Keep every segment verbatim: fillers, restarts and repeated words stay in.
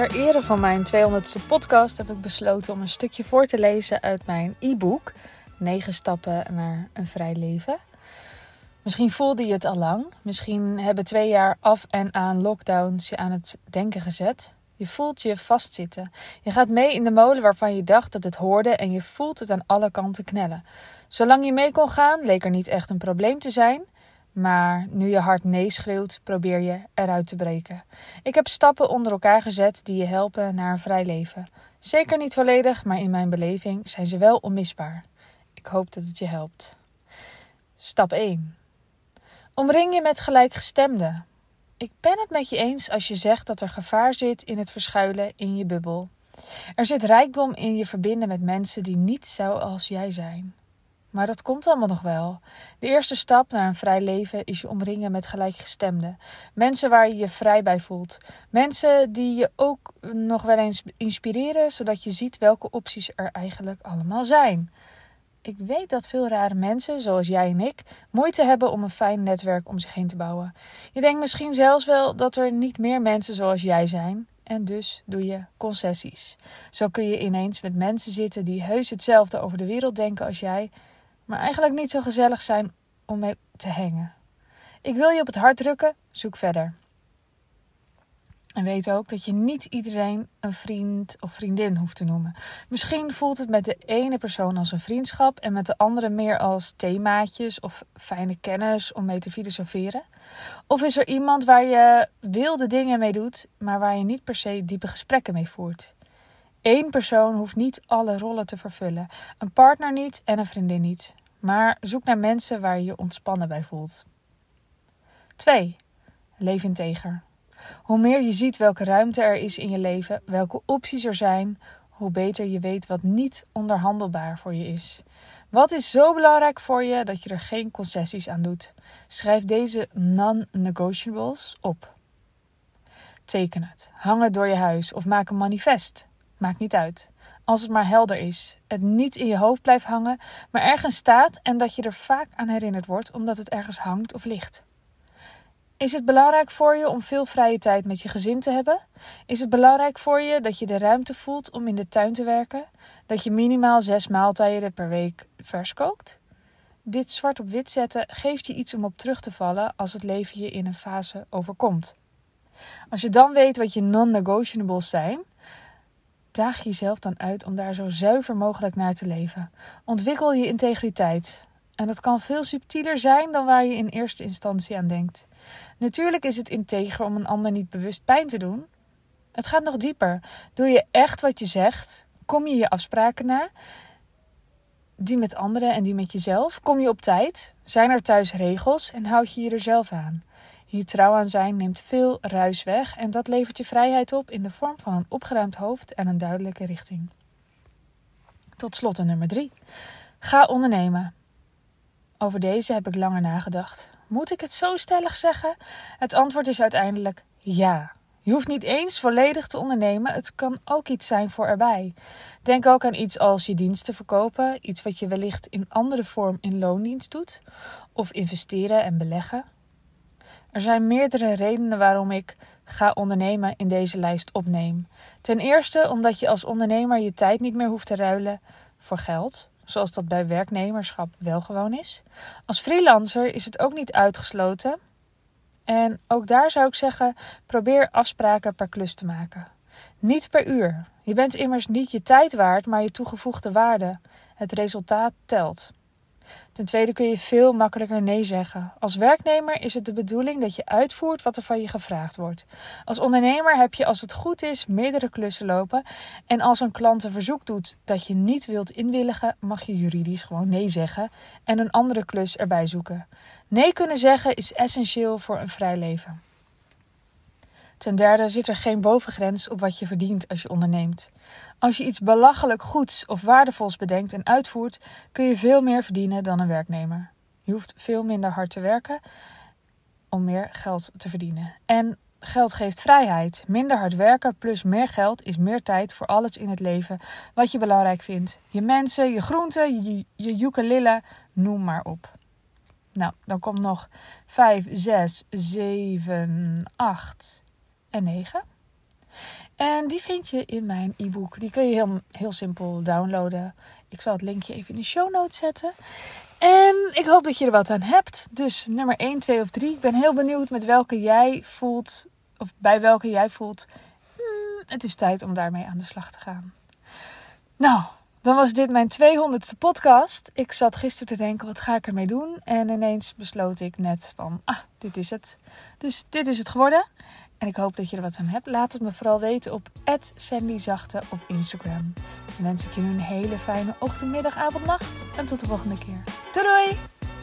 Ter ere van mijn tweehonderdste podcast heb ik besloten om een stukje voor te lezen uit mijn e-book negen stappen naar een vrij leven. Misschien voelde je het al lang. Misschien hebben twee jaar af en aan lockdowns je aan het denken gezet. Je voelt je vastzitten. Je gaat mee in de molen waarvan je dacht dat het hoorde en je voelt het aan alle kanten knellen. Zolang je mee kon gaan, leek er niet echt een probleem te zijn. Maar nu je hart nee schreeuwt, probeer je eruit te breken. Ik heb stappen onder elkaar gezet die je helpen naar een vrij leven. Zeker niet volledig, maar in mijn beleving zijn ze wel onmisbaar. Ik hoop dat het je helpt. Stap één. Omring je met gelijkgestemden. Ik ben het met je eens als je zegt dat er gevaar zit in het verschuilen in je bubbel. Er zit rijkdom in je verbinden met mensen die niet zoals jij zijn. Maar dat komt allemaal nog wel. De eerste stap naar een vrij leven is je omringen met gelijkgestemden. Mensen waar je je vrij bij voelt. Mensen die je ook nog wel eens inspireren, zodat je ziet welke opties er eigenlijk allemaal zijn. Ik weet dat veel rare mensen, zoals jij en ik, moeite hebben om een fijn netwerk om zich heen te bouwen. Je denkt misschien zelfs wel dat er niet meer mensen zoals jij zijn. En dus doe je concessies. Zo kun je ineens met mensen zitten die heus hetzelfde over de wereld denken als jij, maar eigenlijk niet zo gezellig zijn om mee te hangen. Ik wil je op het hart drukken, zoek verder. En weet ook dat je niet iedereen een vriend of vriendin hoeft te noemen. Misschien voelt het met de ene persoon als een vriendschap en met de andere meer als themaatjes of fijne kennis om mee te filosoferen. Of is er iemand waar je wilde dingen mee doet, maar waar je niet per se diepe gesprekken mee voert. Eén persoon hoeft niet alle rollen te vervullen. Een partner niet en een vriendin niet. Maar zoek naar mensen waar je je ontspannen bij voelt. twee. Leef integer. Hoe meer je ziet welke ruimte er is in je leven, welke opties er zijn, hoe beter je weet wat niet onderhandelbaar voor je is. Wat is zo belangrijk voor je dat je er geen concessies aan doet? Schrijf deze non-negotiables op. Teken het. Hang het door je huis of maak een manifest. Maakt niet uit. Als het maar helder is. Het niet in je hoofd blijft hangen, maar ergens staat en dat je er vaak aan herinnerd wordt omdat het ergens hangt of ligt. Is het belangrijk voor je om veel vrije tijd met je gezin te hebben? Is het belangrijk voor je dat je de ruimte voelt om in de tuin te werken? Dat je minimaal zes maaltijden per week vers kookt? Dit zwart op wit zetten geeft je iets om op terug te vallen als het leven je in een fase overkomt. Als je dan weet wat je non-negotiables zijn, daag je jezelf dan uit om daar zo zuiver mogelijk naar te leven. Ontwikkel je integriteit. En dat kan veel subtieler zijn dan waar je in eerste instantie aan denkt. Natuurlijk is het integer om een ander niet bewust pijn te doen. Het gaat nog dieper. Doe je echt wat je zegt? Kom je je afspraken na? Die met anderen en die met jezelf? Kom je op tijd? Zijn er thuis regels en houd je je er zelf aan? Hier trouw aan zijn neemt veel ruis weg en dat levert je vrijheid op in de vorm van een opgeruimd hoofd en een duidelijke richting. Tot slot nummer drie. Ga ondernemen. Over deze heb ik langer nagedacht. Moet ik het zo stellig zeggen? Het antwoord is uiteindelijk ja. Je hoeft niet eens volledig te ondernemen. Het kan ook iets zijn voor erbij. Denk ook aan iets als je diensten verkopen. Iets wat je wellicht in andere vorm in loondienst doet. Of investeren en beleggen. Er zijn meerdere redenen waarom ik ga ondernemen in deze lijst opneem. Ten eerste omdat je als ondernemer je tijd niet meer hoeft te ruilen voor geld. Zoals dat bij werknemerschap wel gewoon is. Als freelancer is het ook niet uitgesloten. En ook daar zou ik zeggen, probeer afspraken per klus te maken. Niet per uur. Je bent immers niet je tijd waard, maar je toegevoegde waarde. Het resultaat telt. Ten tweede kun je veel makkelijker nee zeggen. Als werknemer is het de bedoeling dat je uitvoert wat er van je gevraagd wordt. Als ondernemer heb je als het goed is meerdere klussen lopen. En als een klant een verzoek doet dat je niet wilt inwilligen, mag je juridisch gewoon nee zeggen en een andere klus erbij zoeken. Nee kunnen zeggen is essentieel voor een vrij leven. Ten derde zit er geen bovengrens op wat je verdient als je onderneemt. Als je iets belachelijk goeds of waardevols bedenkt en uitvoert, kun je veel meer verdienen dan een werknemer. Je hoeft veel minder hard te werken om meer geld te verdienen. En geld geeft vrijheid. Minder hard werken plus meer geld is meer tijd voor alles in het leven wat je belangrijk vindt. Je mensen, je groenten, je, je ukulele, noem maar op. Nou, dan komt nog vijf, zes, zeven, acht en negen. En die vind je in mijn e-book. Die kun je heel, heel simpel downloaden. Ik zal het linkje even in de show notes zetten. En ik hoop dat je er wat aan hebt. Dus nummer één, twee of drie. Ik ben heel benieuwd met welke jij voelt, of bij welke jij voelt, hmm, het is tijd om daarmee aan de slag te gaan. Nou, dan was dit mijn tweehonderdste podcast. Ik zat gisteren te denken, wat ga ik ermee doen? En ineens besloot ik net van, ah, dit is het. Dus dit is het geworden. En ik hoop dat je er wat aan hebt. Laat het me vooral weten op at sandy zachte op Instagram. Dan wens ik je nu een hele fijne ochtend, middag, avond, nacht. En tot de volgende keer. Doei doei!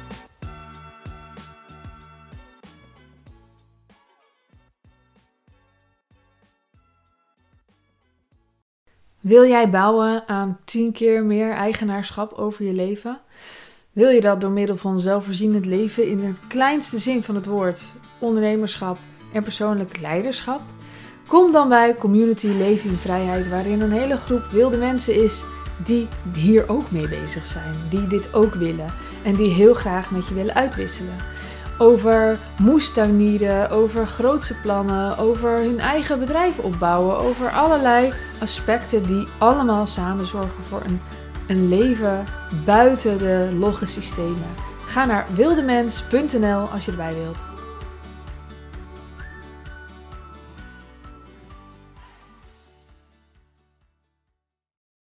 Wil jij bouwen aan tien keer meer eigenaarschap over je leven? Wil je dat door middel van zelfvoorzienend leven in het kleinste zin van het woord, ondernemerschap en persoonlijk leiderschap? Kom dan bij Community Leven in Vrijheid, waarin een hele groep wilde mensen is die hier ook mee bezig zijn, die dit ook willen en die heel graag met je willen uitwisselen. Over moestuinieren, over grootse plannen, over hun eigen bedrijf opbouwen, over allerlei aspecten die allemaal samen zorgen voor een, een leven buiten de logge systemen. Ga naar wildemens punt n l als je erbij wilt.